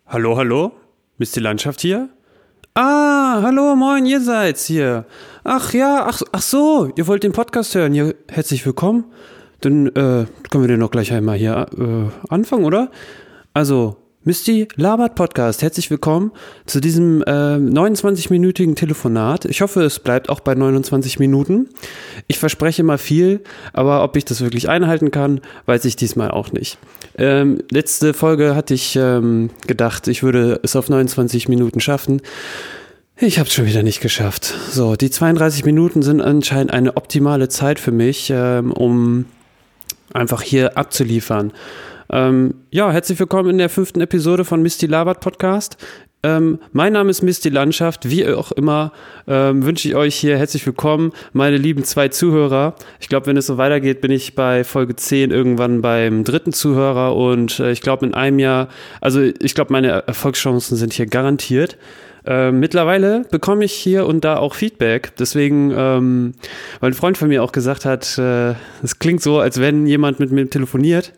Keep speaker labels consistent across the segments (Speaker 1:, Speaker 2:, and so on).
Speaker 1: Hallo, hallo? Ist die Landschaft hier? Ah, hallo, moin, ihr seid's hier. Ach ja, ach so, ihr wollt den Podcast hören. Ja, herzlich willkommen. Dann können wir den doch gleich einmal hier anfangen, oder? Also, Misty labert Podcast. Herzlich willkommen zu diesem 29-minütigen Telefonat. Ich hoffe, es bleibt auch bei 29 Minuten. Ich verspreche mal viel, aber ob ich das wirklich einhalten kann, weiß ich diesmal auch nicht. Letzte Folge hatte ich gedacht, ich würde es auf 29 Minuten schaffen. Ich habe es schon wieder nicht geschafft. So, die 32 Minuten sind anscheinend eine optimale Zeit für mich, um einfach hier abzuliefern. Ja, herzlich willkommen in der 5. Episode von Misty Labert Podcast. Mein Name ist Misty Landschaft, wie auch immer wünsche ich euch hier herzlich willkommen, meine lieben 2 Zuhörer. Ich glaube, wenn es so weitergeht, bin ich bei Folge 10 irgendwann beim 3. Zuhörer und ich glaube in einem Jahr, also ich glaube, meine Erfolgschancen sind hier garantiert. Mittlerweile bekomme ich hier und da auch Feedback, deswegen, weil ein Freund von mir auch gesagt hat, es klingt so, als wenn jemand mit mir telefoniert,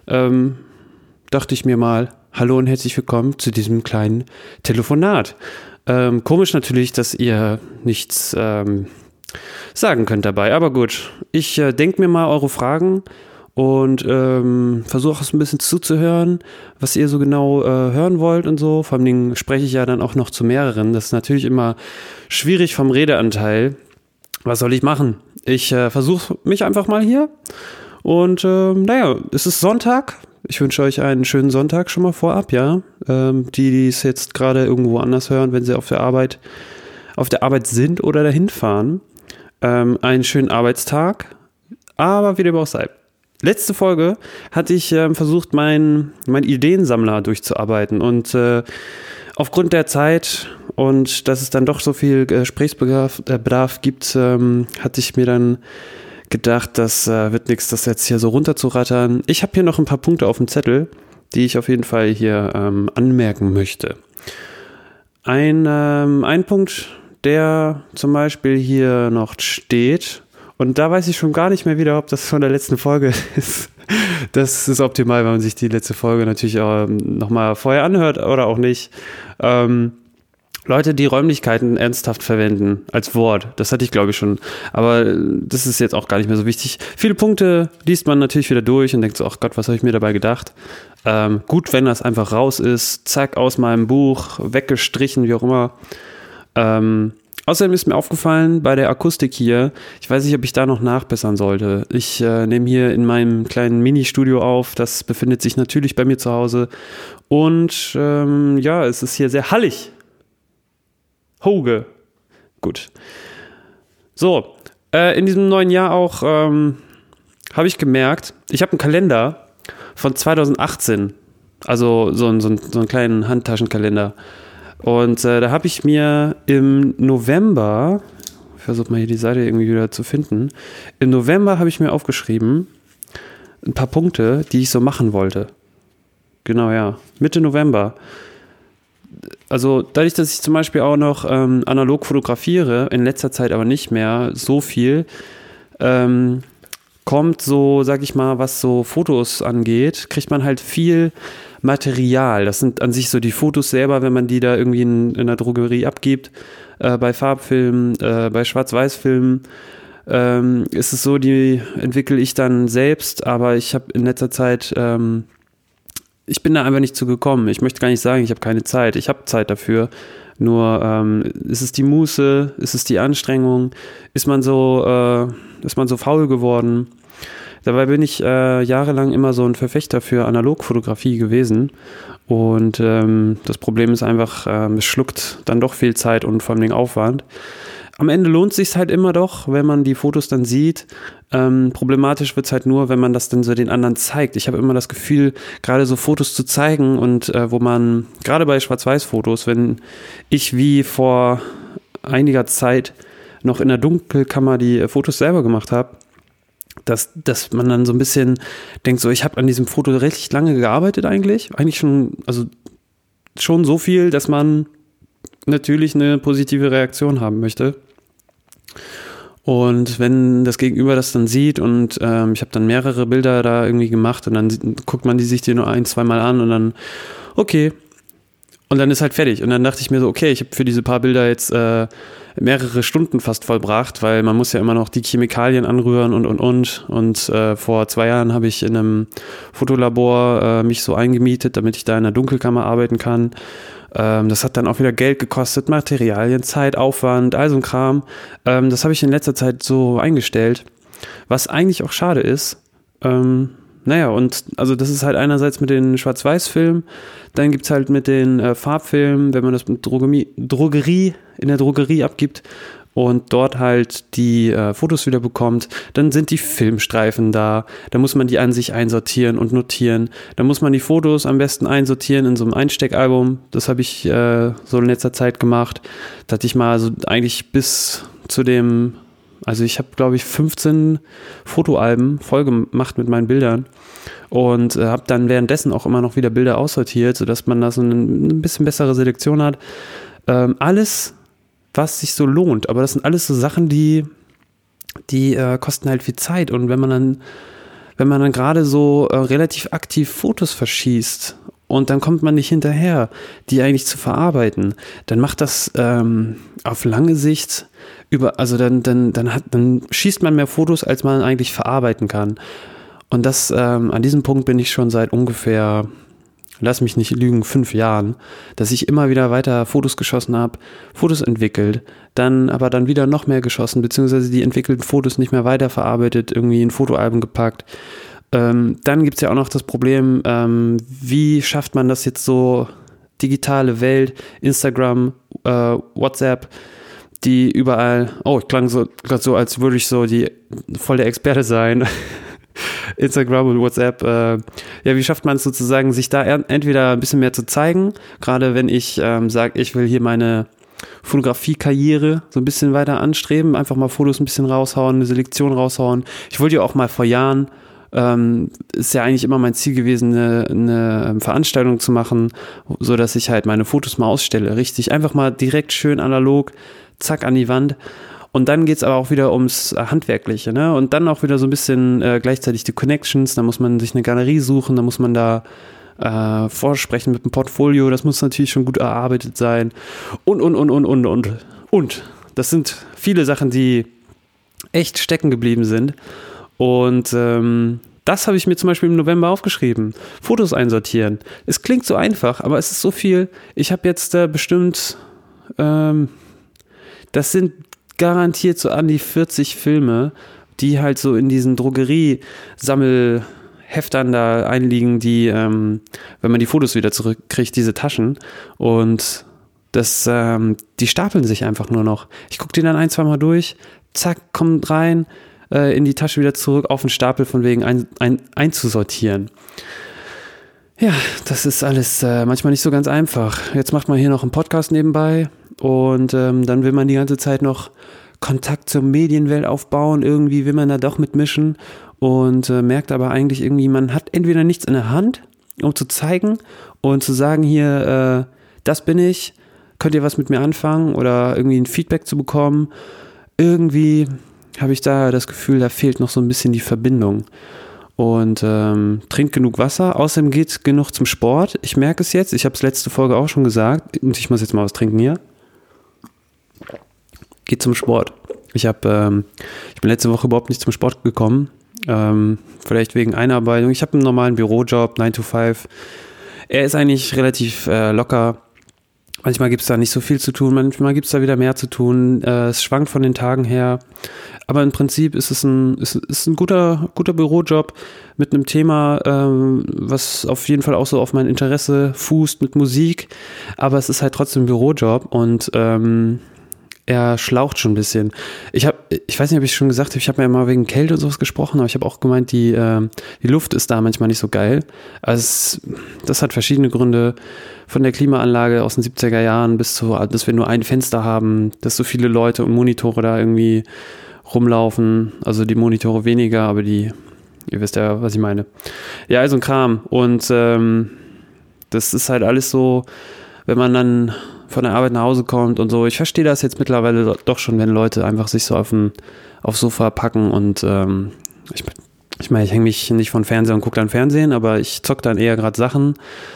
Speaker 1: dachte ich mir mal, hallo und herzlich willkommen zu diesem kleinen Telefonat. Komisch natürlich, dass ihr nichts sagen könnt dabei, aber gut, ich denke mir mal eure Fragen und versuche es ein bisschen zuzuhören, was ihr so genau hören wollt und so. Vor allem spreche ich ja dann auch noch zu mehreren. Das ist natürlich immer schwierig vom Redeanteil. Was soll ich machen? Ich versuche mich einfach mal hier. Und naja, es ist Sonntag. Ich wünsche euch einen schönen Sonntag schon mal vorab, ja. Die es jetzt gerade irgendwo anders hören, wenn sie auf der Arbeit sind oder dahin fahren. Einen schönen Arbeitstag. Aber wie dem auch sei. Letzte Folge hatte ich versucht, mein Ideensammler durchzuarbeiten und aufgrund der Zeit und dass es dann doch so viel Gesprächsbedarf gibt, hatte ich mir dann gedacht, das wird nichts, das jetzt hier so runterzurattern. Ich habe hier noch ein paar Punkte auf dem Zettel, die ich auf jeden Fall hier anmerken möchte. Ein Punkt, der zum Beispiel hier noch steht, und da weiß ich schon gar nicht mehr wieder, ob das von der letzten Folge ist. Das ist optimal, wenn man sich die letzte Folge natürlich auch nochmal vorher anhört oder auch nicht. Leute, die Räumlichkeiten ernsthaft verwenden als Wort, das hatte ich glaube ich schon, aber das ist jetzt auch gar nicht mehr so wichtig. Viele Punkte liest man natürlich wieder durch und denkt so, ach Gott, was habe ich mir dabei gedacht? Gut, wenn das einfach raus ist, zack, aus meinem Buch, weggestrichen, wie auch immer. Außerdem ist mir aufgefallen, bei der Akustik hier, ich weiß nicht, ob ich da noch nachbessern sollte. Ich nehme hier in meinem kleinen Mini-Studio auf, das befindet sich natürlich bei mir zu Hause und ja, es ist hier sehr hallig. Hoge. Gut. So, in diesem neuen Jahr auch habe ich gemerkt, ich habe einen Kalender von 2018, also so einen kleinen Handtaschenkalender. Und da habe ich mir im November, ich versuche mal hier die Seite irgendwie wieder zu finden, im November habe ich mir aufgeschrieben, ein paar Punkte, die ich so machen wollte. Genau, ja, Mitte November. Also dadurch, dass ich zum Beispiel auch noch analog fotografiere, in letzter Zeit aber nicht mehr so viel, kommt so, sag ich mal, was so Fotos angeht, kriegt man halt viel Material. Das sind an sich so die Fotos selber, wenn man die da irgendwie in der Drogerie abgibt, bei Farbfilmen, bei Schwarz-Weiß-Filmen, ist es so, die entwickle ich dann selbst, aber ich habe in letzter Zeit, ich bin da einfach nicht zu gekommen. Ich möchte gar nicht sagen, ich habe keine Zeit. Ich habe Zeit dafür. Nur ist es die Muße, ist es die Anstrengung, ist man so faul geworden. Dabei bin ich jahrelang immer so ein Verfechter für Analogfotografie gewesen und das Problem ist einfach, es schluckt dann doch viel Zeit und vor allem den Aufwand. Am Ende lohnt es sich halt immer doch, wenn man die Fotos dann sieht. Problematisch wird es halt nur, wenn man das dann so den anderen zeigt. Ich habe immer das Gefühl, gerade so Fotos zu zeigen und wo man, gerade bei Schwarz-Weiß-Fotos, wenn ich wie vor einiger Zeit noch in der Dunkelkammer die Fotos selber gemacht habe, dass man dann so ein bisschen denkt, so ich habe an diesem Foto recht lange gearbeitet eigentlich schon, also schon so viel, dass man natürlich eine positive Reaktion haben möchte. Und wenn das Gegenüber das dann sieht und ich habe dann mehrere Bilder da irgendwie gemacht und dann guckt man die sich die nur 1-2 Mal an und dann, okay, Und dann ist halt fertig. Und dann dachte ich mir so, okay, ich habe für diese paar Bilder jetzt mehrere Stunden fast vollbracht, weil man muss ja immer noch die Chemikalien anrühren und. Und vor 2 Jahren habe ich in einem Fotolabor mich so eingemietet, damit ich da in der Dunkelkammer arbeiten kann. Das hat dann auch wieder Geld gekostet, Materialien, Zeit, Aufwand, all so ein Kram. Das habe ich in letzter Zeit so eingestellt, was eigentlich auch schade ist. Naja, und also das ist halt einerseits mit den Schwarz-Weiß-Filmen, dann gibt es halt mit den Farbfilmen, wenn man das mit in der Drogerie abgibt und dort halt die Fotos wieder bekommt, dann sind die Filmstreifen da, da muss man die an sich einsortieren und notieren, dann muss man die Fotos am besten einsortieren in so einem Einsteckalbum, das habe ich so in letzter Zeit gemacht, da hatte ich mal so eigentlich bis zu dem... Also ich habe, glaube ich, 15 Fotoalben voll gemacht mit meinen Bildern und habe dann währenddessen auch immer noch wieder Bilder aussortiert, sodass man da so ein bisschen bessere Selektion hat. Alles, was sich so lohnt, aber das sind alles so Sachen, die kosten halt viel Zeit. Und wenn man dann gerade so relativ aktiv Fotos verschießt und dann kommt man nicht hinterher, die eigentlich zu verarbeiten, dann macht das auf lange Sicht dann schießt man mehr Fotos, als man eigentlich verarbeiten kann. Und das an diesem Punkt bin ich schon seit ungefähr, lass mich nicht lügen, 5 Jahren, dass ich immer wieder weiter Fotos geschossen habe, Fotos entwickelt, dann wieder noch mehr geschossen, beziehungsweise die entwickelten Fotos nicht mehr weiterverarbeitet, irgendwie in Fotoalben gepackt. Dann gibt es ja auch noch das Problem, wie schafft man das jetzt so, digitale Welt, Instagram, WhatsApp, die überall, ich klang so gerade so, als würde ich so voll der Experte sein. Instagram und WhatsApp, wie schafft man es sozusagen, sich da entweder ein bisschen mehr zu zeigen, gerade wenn ich sage, ich will hier meine Fotografie-Karriere so ein bisschen weiter anstreben, einfach mal Fotos ein bisschen raushauen, eine Selektion raushauen. Ich wollte ja auch mal vor Jahren, ist ja eigentlich immer mein Ziel gewesen, eine Veranstaltung zu machen, so dass ich halt meine Fotos mal ausstelle, richtig, einfach mal direkt schön analog, zack an die Wand. Und dann geht's aber auch wieder ums Handwerkliche, ne? Und dann auch wieder so ein bisschen gleichzeitig die Connections, da muss man sich eine Galerie suchen, da muss man da vorsprechen mit dem Portfolio, das muss natürlich schon gut erarbeitet sein und. Das sind viele Sachen, die echt stecken geblieben sind. Und das habe ich mir zum Beispiel im November aufgeschrieben. Fotos einsortieren. Es klingt so einfach, aber es ist so viel. Ich habe jetzt bestimmt, das sind garantiert so an die 40 Filme, die halt so in diesen Drogerie-Sammelheftern da einliegen, die, wenn man die Fotos wieder zurückkriegt, diese Taschen. Und die stapeln sich einfach nur noch. Ich gucke die dann 1-2 Mal durch, zack, kommt rein, in die Tasche wieder zurück, auf den Stapel von wegen einzusortieren. Ja, das ist alles manchmal nicht so ganz einfach. Jetzt macht man hier noch einen Podcast nebenbei und dann will man die ganze Zeit noch Kontakt zur Medienwelt aufbauen, irgendwie will man da doch mitmischen und merkt aber eigentlich irgendwie, man hat entweder nichts in der Hand, um zu zeigen und zu sagen, hier, das bin ich, könnt ihr was mit mir anfangen oder irgendwie ein Feedback zu bekommen. Irgendwie habe ich da das Gefühl, da fehlt noch so ein bisschen die Verbindung. Und trinkt genug Wasser. Außerdem geht genug zum Sport. Ich merke es jetzt. Ich habe es letzte Folge auch schon gesagt. Und ich muss jetzt mal was trinken hier. Geht zum Sport. Ich bin letzte Woche überhaupt nicht zum Sport gekommen. Vielleicht wegen Einarbeitung. Ich habe einen normalen Bürojob, 9 to 5. Er ist eigentlich relativ locker. Manchmal gibt es da nicht so viel zu tun, manchmal gibt es da wieder mehr zu tun. Es schwankt von den Tagen her. Aber im Prinzip ist es ein guter Bürojob mit einem Thema, was auf jeden Fall auch so auf mein Interesse fußt mit Musik. Aber es ist halt trotzdem ein Bürojob und er schlaucht schon ein bisschen. Ich weiß nicht, ob ich es schon gesagt habe, ich habe ja mal wegen Kälte und sowas gesprochen, aber ich habe auch gemeint, die Luft ist da manchmal nicht so geil. Also das hat verschiedene Gründe. Von der Klimaanlage aus den 70er Jahren bis zu, dass wir nur ein Fenster haben, dass so viele Leute und Monitore da irgendwie rumlaufen. Also die Monitore weniger, aber ihr wisst ja, was ich meine. Ja, also ein Kram. Und das ist halt alles so, wenn man dann von der Arbeit nach Hause kommt und so. Ich verstehe das jetzt mittlerweile doch schon, wenn Leute einfach sich so aufs Sofa packen und ich meine, ich hänge mich nicht von Fernseher und gucke dann Fernsehen, aber ich zocke dann eher gerade Sachen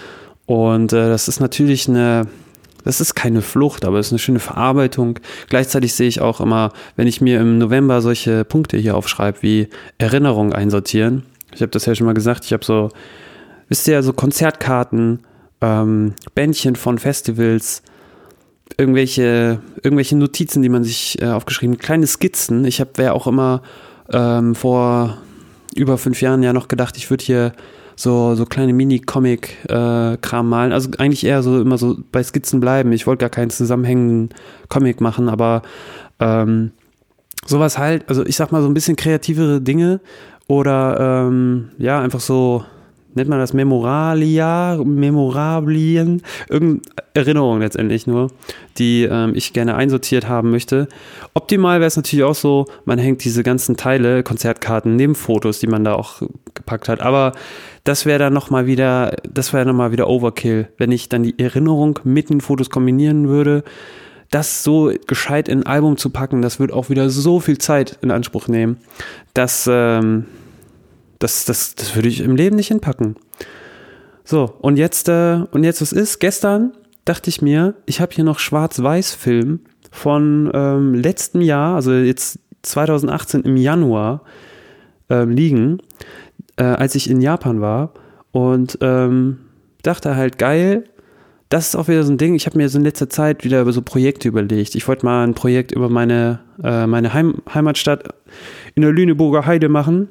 Speaker 1: Und das ist natürlich das ist keine Flucht, aber es ist eine schöne Verarbeitung. Gleichzeitig sehe ich auch immer, wenn ich mir im November solche Punkte hier aufschreibe, wie Erinnerungen einsortieren. Ich habe das ja schon mal gesagt, ich habe so, wisst ihr, so Konzertkarten, Bändchen von Festivals, irgendwelche Notizen, die man sich aufgeschrieben hat, kleine Skizzen. Ich wäre auch immer vor über 5 Jahren ja noch gedacht, ich würde hier so kleine Mini-Comic-Kram malen. Also eigentlich eher so immer so bei Skizzen bleiben. Ich wollte gar keinen zusammenhängenden Comic machen, aber sowas halt, also ich sag mal so ein bisschen kreativere Dinge oder ja, einfach so, nennt man das Memorablien, irgendeine Erinnerung letztendlich nur, die ich gerne einsortiert haben möchte. Optimal wäre es natürlich auch so, man hängt diese ganzen Teile, Konzertkarten, neben Fotos, die man da auch gepackt hat, aber das wäre dann nochmal wieder Overkill, wenn ich dann die Erinnerung mit den Fotos kombinieren würde. Das so gescheit in ein Album zu packen, das wird auch wieder so viel Zeit in Anspruch nehmen, das würde ich im Leben nicht hinpacken. So, und jetzt was ist? Gestern dachte ich mir, ich habe hier noch Schwarz-Weiß-Film von letztem Jahr, also jetzt 2018 im Januar liegen, als ich in Japan war und dachte halt, geil, das ist auch wieder so ein Ding, ich habe mir so in letzter Zeit wieder über so Projekte überlegt. Ich wollte mal ein Projekt über meine Heimatstadt in der Lüneburger Heide machen.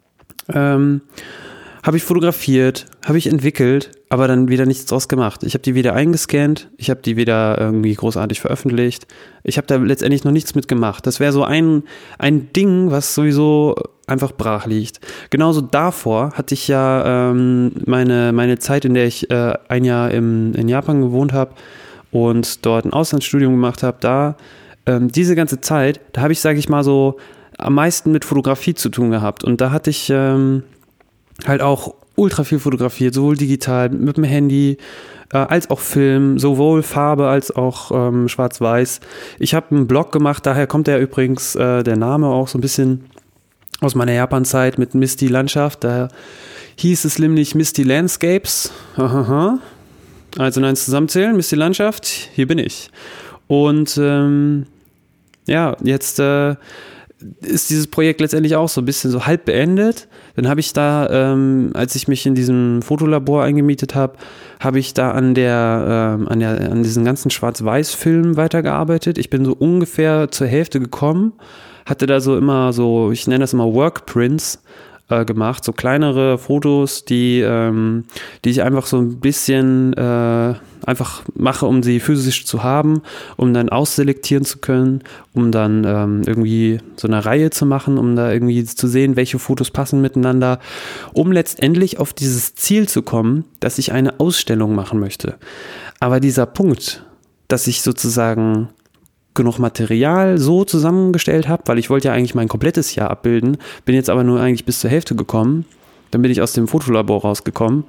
Speaker 1: Habe ich fotografiert, habe ich entwickelt, aber dann wieder nichts draus gemacht. Ich habe die wieder eingescannt, ich habe die wieder irgendwie großartig veröffentlicht. Ich habe da letztendlich noch nichts mit gemacht. Das wäre so ein Ding, was sowieso einfach brach liegt. Genauso davor hatte ich ja meine Zeit, in der ich ein Jahr in Japan gewohnt habe und dort ein Auslandsstudium gemacht habe. Da diese ganze Zeit, da habe ich, sage ich mal so, am meisten mit Fotografie zu tun gehabt. Und da hatte ich halt auch ultra viel fotografiert, sowohl digital mit dem Handy als auch Film, sowohl Farbe als auch Schwarz-Weiß. Ich habe einen Blog gemacht, daher kommt ja übrigens der Name auch so ein bisschen aus meiner Japan-Zeit mit Misty Landschaft. Da hieß es nämlich Misty Landscapes. Aha. Also eins zusammenzählen, Misty Landschaft, hier bin ich. Und ja, jetzt ist dieses Projekt letztendlich auch so ein bisschen so halb beendet. Dann habe ich da, als ich mich in diesem Fotolabor eingemietet habe, habe ich da an diesen ganzen Schwarz-Weiß-Filmen weitergearbeitet. Ich bin so ungefähr zur Hälfte gekommen, hatte da so immer so, ich nenne das immer Workprints gemacht, so kleinere Fotos, die ich einfach so ein bisschen einfach mache, um sie physisch zu haben, um dann ausselektieren zu können, um dann irgendwie so eine Reihe zu machen, um da irgendwie zu sehen, welche Fotos passen miteinander, um letztendlich auf dieses Ziel zu kommen, dass ich eine Ausstellung machen möchte. Aber dieser Punkt, dass ich sozusagen genug Material so zusammengestellt habe, weil ich wollte ja eigentlich mein komplettes Jahr abbilden, bin jetzt aber nur eigentlich bis zur Hälfte gekommen, dann bin ich aus dem Fotolabor rausgekommen.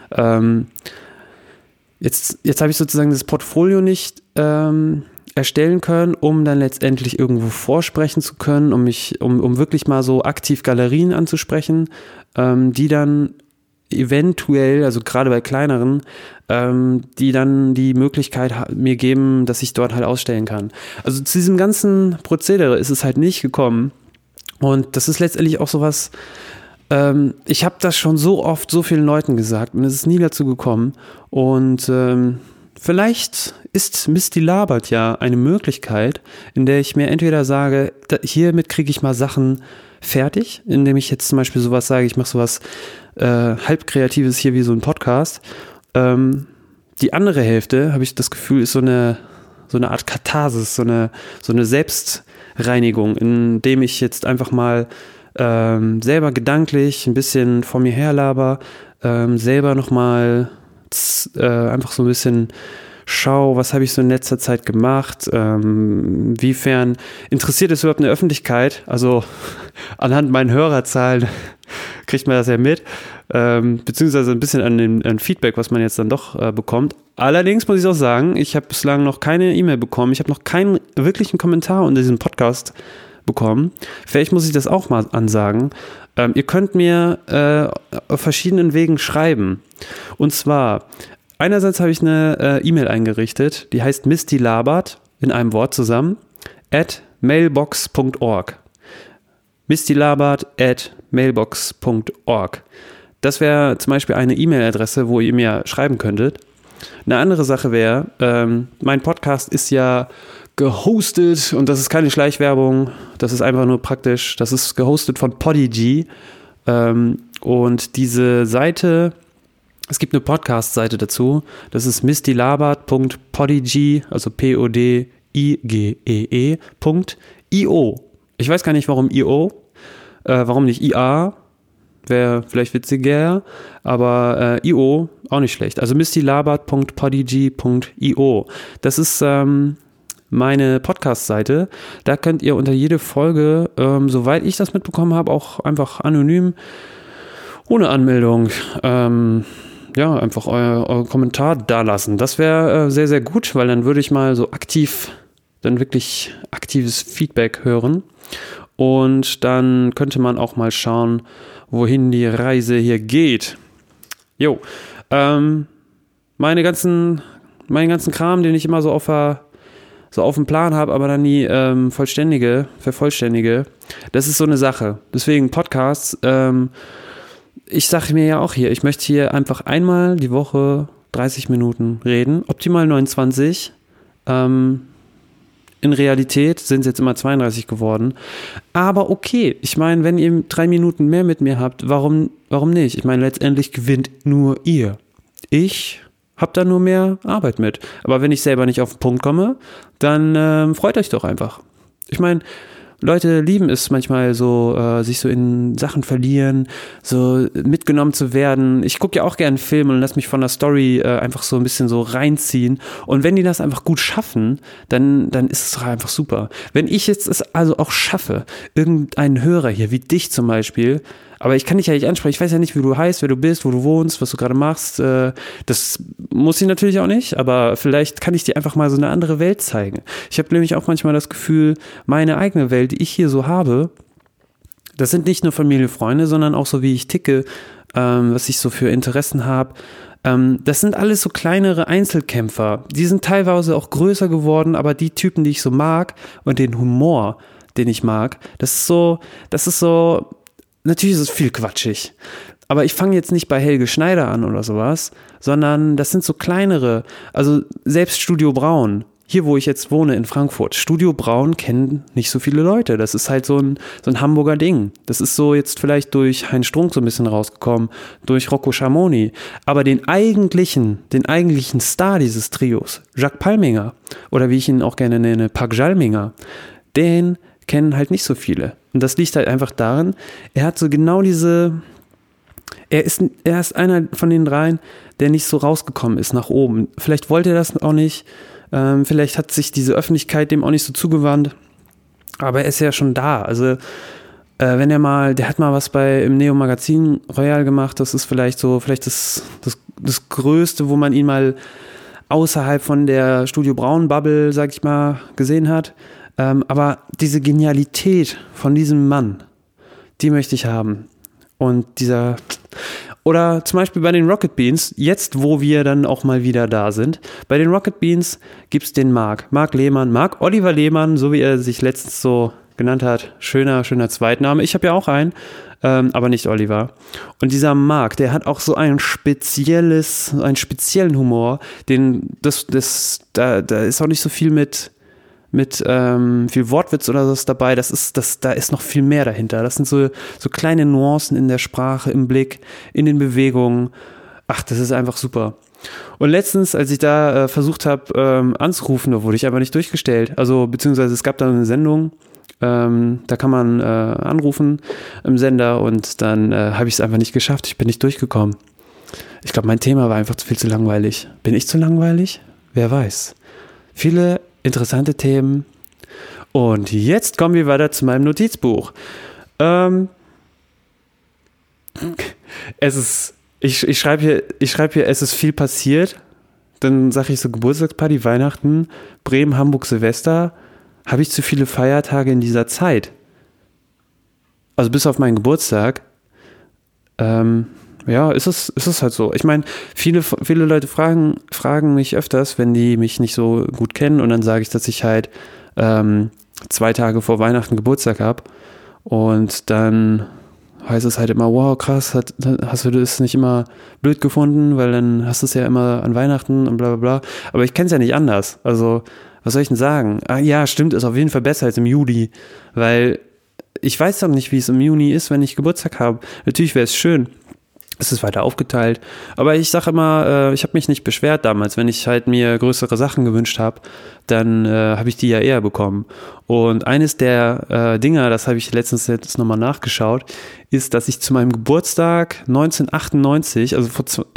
Speaker 1: Jetzt habe ich sozusagen das Portfolio nicht erstellen können, um dann letztendlich irgendwo vorsprechen zu können, um wirklich mal so aktiv Galerien anzusprechen, die dann eventuell, also gerade bei kleineren, die dann die Möglichkeit mir geben, dass ich dort halt ausstellen kann. Also zu diesem ganzen Prozedere ist es halt nicht gekommen. Und das ist letztendlich auch sowas, ich habe das schon so oft so vielen Leuten gesagt und es ist nie dazu gekommen. Und vielleicht ist Misty Labert ja eine Möglichkeit, in der ich mir entweder sage, hiermit kriege ich mal Sachen fertig, indem ich jetzt zum Beispiel sowas sage, ich mache sowas halb Kreatives hier wie so ein Podcast. Die andere Hälfte, habe ich das Gefühl, ist so eine Art Katharsis, so eine Selbstreinigung, indem ich jetzt einfach mal selber gedanklich ein bisschen vor mir herlaber, selber nochmal einfach so ein bisschen schau, was habe ich so in letzter Zeit gemacht, inwiefern interessiert es überhaupt eine Öffentlichkeit, also anhand meinen Hörerzahlen kriegt man das ja mit, beziehungsweise ein bisschen an Feedback, was man jetzt dann doch bekommt. Allerdings muss ich auch sagen, ich habe bislang noch keine E-Mail bekommen, ich habe noch keinen wirklichen Kommentar unter diesem Podcast bekommen. Vielleicht muss ich das auch mal ansagen. Ihr könnt mir auf verschiedenen Wegen schreiben. Und zwar Einerseits habe ich eine E-Mail eingerichtet, die heißt mistylabert, in einem Wort zusammen, @mailbox.org. mistylabert@mailbox.org. Das wäre zum Beispiel eine E-Mail-Adresse, wo ihr mir schreiben könntet. Eine andere Sache wäre, mein Podcast ist ja gehostet, und das ist keine Schleichwerbung, das ist einfach nur praktisch, das ist gehostet von Podigy, und diese Seite, es gibt eine Podcast-Seite dazu, das ist mistylabert.podigy, also PODIGEE.io. Ich weiß gar nicht, warum IO, warum nicht IA, wäre vielleicht witziger, aber IO auch nicht schlecht. Also mistylabert.podigy.io. Das ist meine Podcast-Seite. Da könnt ihr unter jede Folge, soweit ich das mitbekommen habe, auch einfach anonym, ohne Anmeldung, einfach euer Kommentar dalassen. Das wäre sehr, sehr gut, weil dann würde ich mal so wirklich aktives Feedback hören. Und dann könnte man auch mal schauen, wohin die Reise hier geht. Jo, meinen ganzen Kram, den ich immer so auf dem Plan habe, aber dann nie vervollständige, das ist so eine Sache. Deswegen Podcasts, ich sage mir ja auch hier, ich möchte hier einfach einmal die Woche 30 Minuten reden, optimal 29, in Realität sind es jetzt immer 32 geworden. Aber okay, ich meine, wenn ihr 3 Minuten mehr mit mir habt, warum nicht? Ich meine, letztendlich gewinnt nur ihr. Ich habe da nur mehr Arbeit mit. Aber wenn ich selber nicht auf den Punkt komme, dann freut euch doch einfach. Ich meine, Leute lieben es manchmal so, sich so in Sachen verlieren, so mitgenommen zu werden. Ich gucke ja auch gerne Filme und lass mich von der Story einfach so ein bisschen so reinziehen. Und wenn die das einfach gut schaffen, dann ist es doch einfach super. Wenn ich jetzt es also auch schaffe, irgendeinen Hörer hier, wie dich zum Beispiel, aber ich kann dich ja nicht ansprechen, ich weiß ja nicht, wie du heißt, wer du bist, wo du wohnst, was du gerade machst. Das muss ich natürlich auch nicht, aber vielleicht kann ich dir einfach mal so eine andere Welt zeigen. Ich habe nämlich auch manchmal das Gefühl, meine eigene Welt, die ich hier so habe, das sind nicht nur Familie, Freunde, sondern auch so, wie ich ticke, was ich so für Interessen habe. Das sind alles so kleinere Einzelkämpfer. Die sind teilweise auch größer geworden, aber die Typen, die ich so mag und den Humor, den ich mag, das ist so, natürlich ist es viel quatschig, aber ich fange jetzt nicht bei Helge Schneider an oder sowas, sondern das sind so kleinere, also selbst Studio Braun, hier wo ich jetzt wohne in Frankfurt, Studio Braun kennen nicht so viele Leute, das ist halt so ein Hamburger Ding, das ist so jetzt vielleicht durch Heinz Strunk so ein bisschen rausgekommen, durch Rocco Schamoni, aber den eigentlichen Star dieses Trios, Jacques Palminger, oder wie ich ihn auch gerne nenne, Pag Jalminger, den kennen halt nicht so viele. Und das liegt halt einfach daran, er hat so genau er ist einer von den dreien, der nicht so rausgekommen ist nach oben. Vielleicht wollte er das auch nicht, vielleicht hat sich diese Öffentlichkeit dem auch nicht so zugewandt, aber er ist ja schon da. Also der hat mal was im Neo Magazin Royal gemacht, das ist vielleicht das Größte, wo man ihn mal außerhalb von der Studio Braun Bubble, sag ich mal, gesehen hat. Aber diese Genialität von diesem Mann, die möchte ich haben. Und oder zum Beispiel bei den Rocket Beans, jetzt wo wir dann auch mal wieder da sind, bei den Rocket Beans gibt es den Marc Oliver Lehmann, so wie er sich letztens so genannt hat, schöner Zweitname. Ich habe ja auch einen, aber nicht Oliver. Und dieser Marc, der hat auch so einen speziellen Humor, da ist auch nicht so viel mit viel Wortwitz oder so dabei, da ist noch viel mehr dahinter. Das sind so kleine Nuancen in der Sprache, im Blick, in den Bewegungen. Ach, das ist einfach super. Und letztens, als ich da versucht habe anzurufen, da wurde ich einfach nicht durchgestellt. Also, beziehungsweise es gab da eine Sendung, da kann man anrufen im Sender und dann habe ich es einfach nicht geschafft. Ich bin nicht durchgekommen. Ich glaube, mein Thema war einfach viel zu langweilig. Bin ich zu langweilig? Wer weiß. Viele interessante Themen. Und jetzt kommen wir weiter zu meinem Notizbuch. Ich schreibe hier, es ist viel passiert. Dann sage ich so Geburtstagsparty, Weihnachten, Bremen, Hamburg, Silvester. Habe ich zu viele Feiertage in dieser Zeit? Also bis auf meinen Geburtstag. Ja, ist es halt so. Ich meine, viele Leute fragen mich öfters, wenn die mich nicht so gut kennen und dann sage ich, dass ich halt 2 Tage vor Weihnachten Geburtstag habe und dann heißt es halt immer, wow, krass, hast du das nicht immer blöd gefunden, weil dann hast du es ja immer an Weihnachten und bla bla bla. Aber ich kenne es ja nicht anders. Also, was soll ich denn sagen? Ah ja, stimmt, ist auf jeden Fall besser als im Juli, weil ich weiß doch nicht, wie es im Juni ist, wenn ich Geburtstag habe. Natürlich wäre es schön. Es ist weiter aufgeteilt. Aber ich sage immer, ich habe mich nicht beschwert damals. Wenn ich halt mir größere Sachen gewünscht habe, dann habe ich die ja eher bekommen. Und eines der Dinger, das habe ich letztens jetzt nochmal nachgeschaut, ist, dass ich zu meinem Geburtstag 1998, also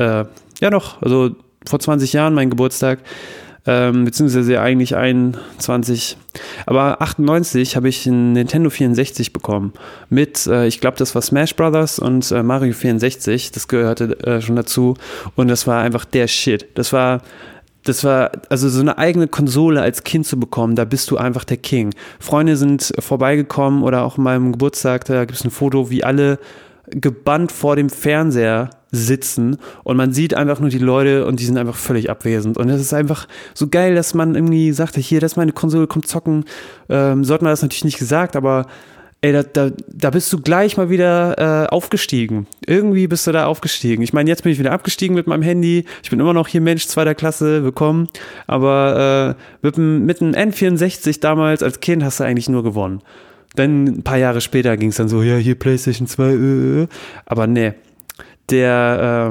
Speaker 1: vor 20 Jahren mein Geburtstag, beziehungsweise eigentlich 21, aber 98 habe ich einen Nintendo 64 bekommen mit, ich glaube, das war Smash Brothers und Mario 64, das gehörte schon dazu und das war einfach der Shit. Das war also so eine eigene Konsole als Kind zu bekommen, da bist du einfach der King. Freunde sind vorbeigekommen oder auch an meinem Geburtstag, da gibt es ein Foto, wie alle gebannt vor dem Fernseher sitzen und man sieht einfach nur die Leute und die sind einfach völlig abwesend und es ist einfach so geil, dass man irgendwie sagte, hier, das ist meine Konsole, kommt zocken, sollte man das natürlich nicht gesagt, aber ey, da bist du gleich mal wieder aufgestiegen. Irgendwie bist du da aufgestiegen. Ich meine, jetzt bin ich wieder abgestiegen mit meinem Handy. Ich bin immer noch hier Mensch 2. Klasse, willkommen. Aber mit dem N64 damals als Kind hast du eigentlich nur gewonnen. Dann ein paar Jahre später ging es dann so, ja, hier PlayStation 2, Aber nee, der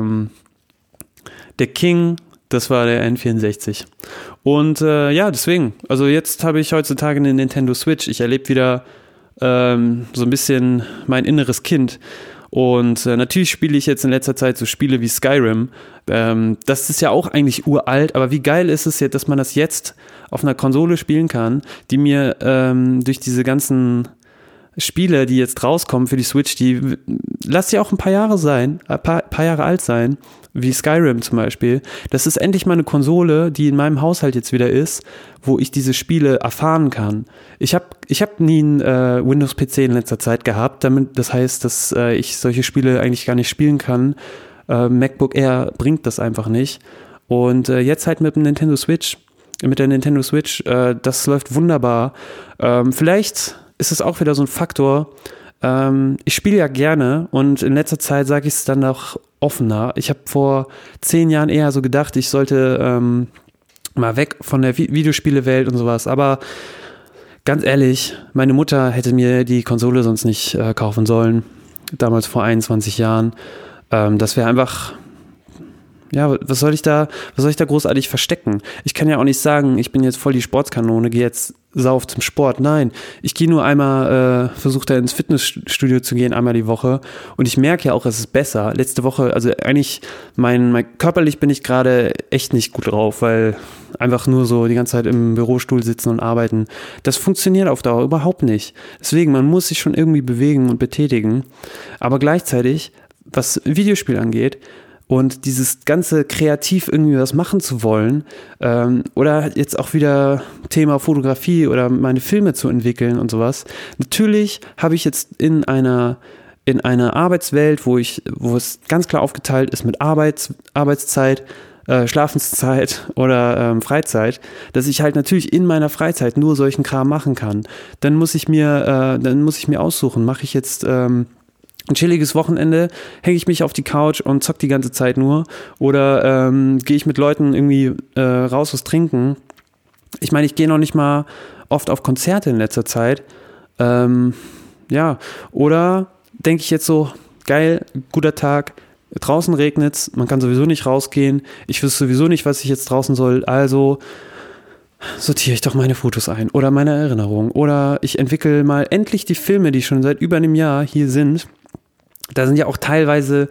Speaker 1: King, das war der N64. Und ja, deswegen, also jetzt habe ich heutzutage eine Nintendo Switch. Ich erlebe wieder so ein bisschen mein inneres Kind. Und natürlich spiele ich jetzt in letzter Zeit so Spiele wie Skyrim. Das ist ja auch eigentlich uralt, aber wie geil ist es jetzt, dass man das jetzt auf einer Konsole spielen kann, die mir durch diese ganzen Spiele, die jetzt rauskommen für die Switch, die lass sie auch ein paar Jahre alt sein, wie Skyrim zum Beispiel. Das ist endlich mal eine Konsole, die in meinem Haushalt jetzt wieder ist, wo ich diese Spiele erfahren kann. Ich hab nie einen Windows-PC in letzter Zeit gehabt, das heißt, dass ich solche Spiele eigentlich gar nicht spielen kann. MacBook Air bringt das einfach nicht. Und jetzt halt mit der Nintendo Switch, das läuft wunderbar. Vielleicht ist es auch wieder so ein Faktor. Ich spiele ja gerne und in letzter Zeit sage ich es dann auch offener. Ich habe vor 10 Jahren eher so gedacht, ich sollte mal weg von der Videospielewelt und sowas. Aber ganz ehrlich, meine Mutter hätte mir die Konsole sonst nicht kaufen sollen. Damals vor 21 Jahren. Das wäre einfach... Ja, was soll ich da großartig verstecken? Ich kann ja auch nicht sagen, ich bin jetzt voll die Sportskanone, gehe jetzt sauf zum Sport. Nein, ich gehe nur einmal, versuche da ins Fitnessstudio zu gehen, einmal die Woche. Und ich merke ja auch, es ist besser. Letzte Woche, also eigentlich, körperlich bin ich gerade echt nicht gut drauf, weil einfach nur so die ganze Zeit im Bürostuhl sitzen und arbeiten. Das funktioniert auf Dauer überhaupt nicht. Deswegen, man muss sich schon irgendwie bewegen und betätigen. Aber gleichzeitig, was Videospiel angeht, und dieses ganze kreativ irgendwie was machen zu wollen oder jetzt auch wieder Thema Fotografie oder meine Filme zu entwickeln und sowas. Natürlich habe ich jetzt in einer Arbeitswelt, wo es ganz klar aufgeteilt ist mit Arbeitszeit, Schlafenszeit oder Freizeit, dass ich halt natürlich in meiner Freizeit nur solchen Kram machen kann. Dann muss ich mir aussuchen, mache ich jetzt ein chilliges Wochenende, hänge ich mich auf die Couch und zock die ganze Zeit nur oder gehe ich mit Leuten irgendwie raus was trinken. Ich meine, ich gehe noch nicht mal oft auf Konzerte in letzter Zeit. Ja, oder denke ich jetzt so, geil, guter Tag, draußen regnet's, man kann sowieso nicht rausgehen, ich wüsste sowieso nicht, was ich jetzt draußen soll, also sortiere ich doch meine Fotos ein oder meine Erinnerungen oder ich entwickle mal endlich die Filme, die schon seit über einem Jahr hier sind. Da sind ja auch teilweise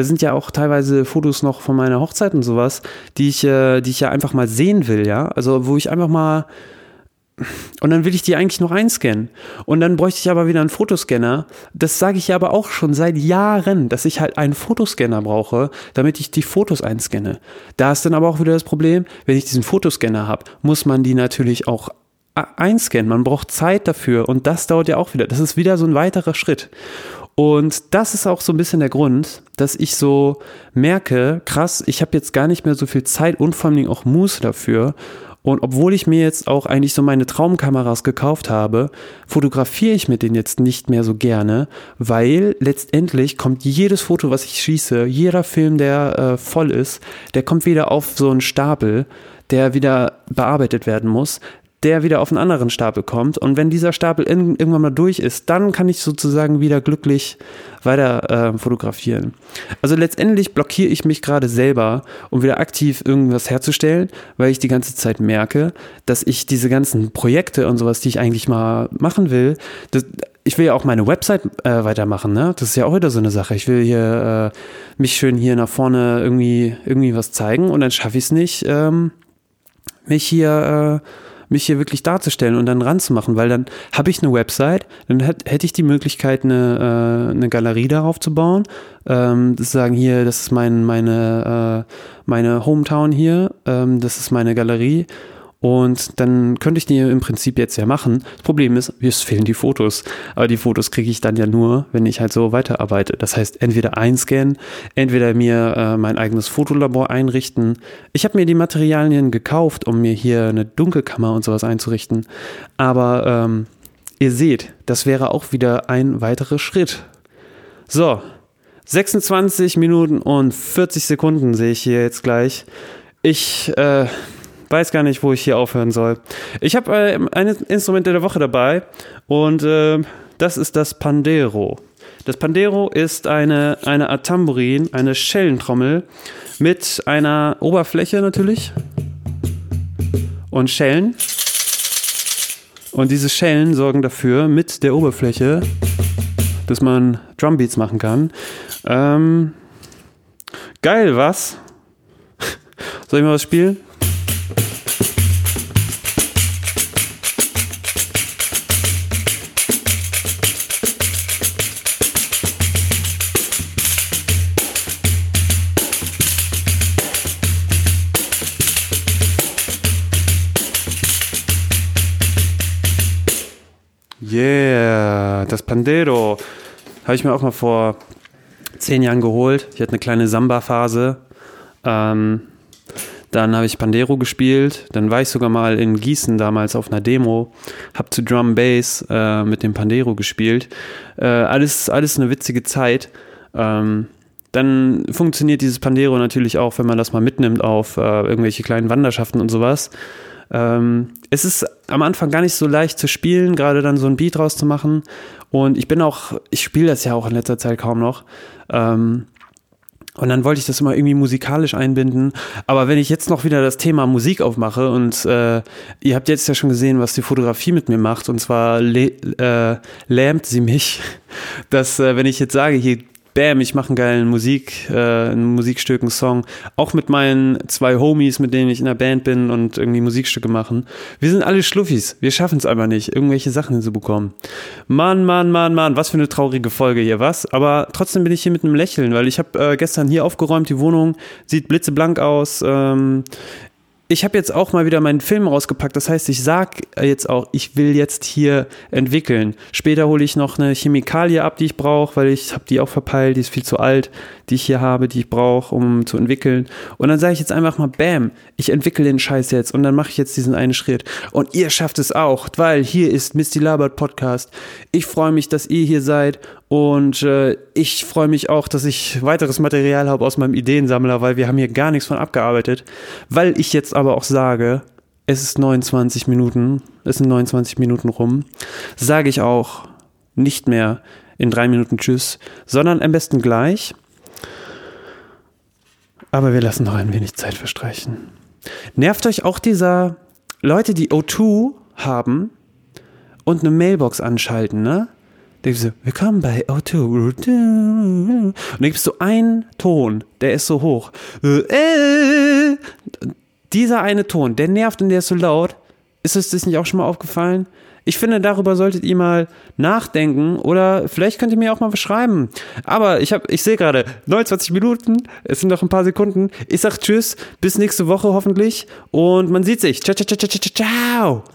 Speaker 1: Fotos noch von meiner Hochzeit und sowas, die ich ja einfach mal sehen will, ja. Also wo ich einfach mal und dann will ich die eigentlich noch einscannen. Und dann bräuchte ich aber wieder einen Fotoscanner. Das sage ich ja aber auch schon seit Jahren, dass ich halt einen Fotoscanner brauche, damit ich die Fotos einscanne. Da ist dann aber auch wieder das Problem, wenn ich diesen Fotoscanner habe, muss man die natürlich auch einscannen. Man braucht Zeit dafür und das dauert ja auch wieder. Das ist wieder so ein weiterer Schritt. Und das ist auch so ein bisschen der Grund, dass ich so merke, krass, ich habe jetzt gar nicht mehr so viel Zeit und vor allem auch Muße dafür. Und obwohl ich mir jetzt auch eigentlich so meine Traumkameras gekauft habe, fotografiere ich mit denen jetzt nicht mehr so gerne, weil letztendlich kommt jedes Foto, was ich schieße, jeder Film, der voll ist, der kommt wieder auf so einen Stapel, der wieder bearbeitet werden muss, der wieder auf einen anderen Stapel kommt. Und wenn dieser Stapel irgendwann mal durch ist, dann kann ich sozusagen wieder glücklich weiter fotografieren. Also letztendlich blockiere ich mich gerade selber, um wieder aktiv irgendwas herzustellen, weil ich die ganze Zeit merke, dass ich diese ganzen Projekte und sowas, die ich eigentlich mal machen will, ich will ja auch meine Website weitermachen, ne? Das ist ja auch wieder so eine Sache. Ich will hier mich schön hier nach vorne irgendwie was zeigen und dann schaffe ich es nicht, mich hier wirklich darzustellen und dann ranzumachen, weil dann habe ich eine Website, dann hätte ich die Möglichkeit, eine Galerie darauf zu bauen, sagen hier, das ist meine Hometown hier, das ist meine Galerie. Und dann könnte ich die im Prinzip jetzt ja machen. Das Problem ist, es fehlen die Fotos. Aber die Fotos kriege ich dann ja nur, wenn ich halt so weiterarbeite. Das heißt, entweder einscannen, entweder mir mein eigenes Fotolabor einrichten. Ich habe mir die Materialien gekauft, um mir hier eine Dunkelkammer und sowas einzurichten. Aber ihr seht, das wäre auch wieder ein weiterer Schritt. So, 26 Minuten und 40 Sekunden sehe ich hier jetzt gleich. Ich weiß gar nicht, wo ich hier aufhören soll. Ich habe ein Instrument der Woche dabei und das ist das Pandero. Das Pandero ist eine Art Tambourin, eine Schellentrommel mit einer Oberfläche natürlich und Schellen. Und diese Schellen sorgen dafür mit der Oberfläche, dass man Drumbeats machen kann. Geil, was? Soll ich mal was spielen? Yeah, das Pandero habe ich mir auch mal vor 10 Jahren geholt. Ich hatte eine kleine Samba-Phase. Dann habe ich Pandero gespielt. Dann war ich sogar mal in Gießen damals auf einer Demo. Habe zu Drum Bass mit dem Pandero gespielt. Alles eine witzige Zeit. Dann funktioniert dieses Pandero natürlich auch, wenn man das mal mitnimmt auf irgendwelche kleinen Wanderschaften und sowas. Es ist am Anfang gar nicht so leicht zu spielen, gerade dann so ein Beat rauszumachen. Und ich spiele das ja auch in letzter Zeit kaum noch. Und dann wollte ich das immer irgendwie musikalisch einbinden. Aber wenn ich jetzt noch wieder das Thema Musik aufmache und ihr habt jetzt ja schon gesehen, was die Fotografie mit mir macht, und zwar lähmt sie mich, dass wenn ich jetzt sage, hier, bam, ich mache einen geilen ein Musikstück, einen Song, auch mit meinen 2 Homies, mit denen ich in der Band bin und irgendwie Musikstücke machen. Wir sind alle Schluffis, wir schaffen es einfach nicht, irgendwelche Sachen hinzubekommen. Mann, was für eine traurige Folge hier, was? Aber trotzdem bin ich hier mit einem Lächeln, weil ich habe gestern hier aufgeräumt, die Wohnung sieht blitzeblank aus. Ich habe jetzt auch mal wieder meinen Film rausgepackt, das heißt, ich sag jetzt auch, ich will jetzt hier entwickeln. Später hole ich noch eine Chemikalie ab, die ich brauche, weil ich habe die auch verpeilt, die ist viel zu alt, die ich hier habe, die ich brauche, um zu entwickeln. Und dann sage ich jetzt einfach mal, bam, ich entwickle den Scheiß jetzt und dann mache ich jetzt diesen einen Schritt. Und ihr schafft es auch, weil hier ist Misty Labert Podcast. Ich freue mich, dass ihr hier seid. Und ich freue mich auch, dass ich weiteres Material habe aus meinem Ideensammler, weil wir haben hier gar nichts von abgearbeitet. Weil ich jetzt aber auch sage, es sind 29 Minuten rum, sage ich auch nicht mehr in 3 Minuten Tschüss, sondern am besten gleich. Aber wir lassen noch ein wenig Zeit verstreichen. Nervt euch auch dieser Leute, die O2 haben und eine Mailbox anschalten, ne? So, willkommen bei O2. Und dann gibt es so einen Ton, der ist so hoch. Dieser eine Ton, der nervt und der ist so laut. Ist euch das nicht auch schon mal aufgefallen? Ich finde, darüber solltet ihr mal nachdenken oder vielleicht könnt ihr mir auch mal was schreiben. Aber ich sehe gerade 29 Minuten, es sind noch ein paar Sekunden. Ich sag Tschüss, bis nächste Woche hoffentlich und man sieht sich. Ciao, ciao, ciao, ciao, ciao.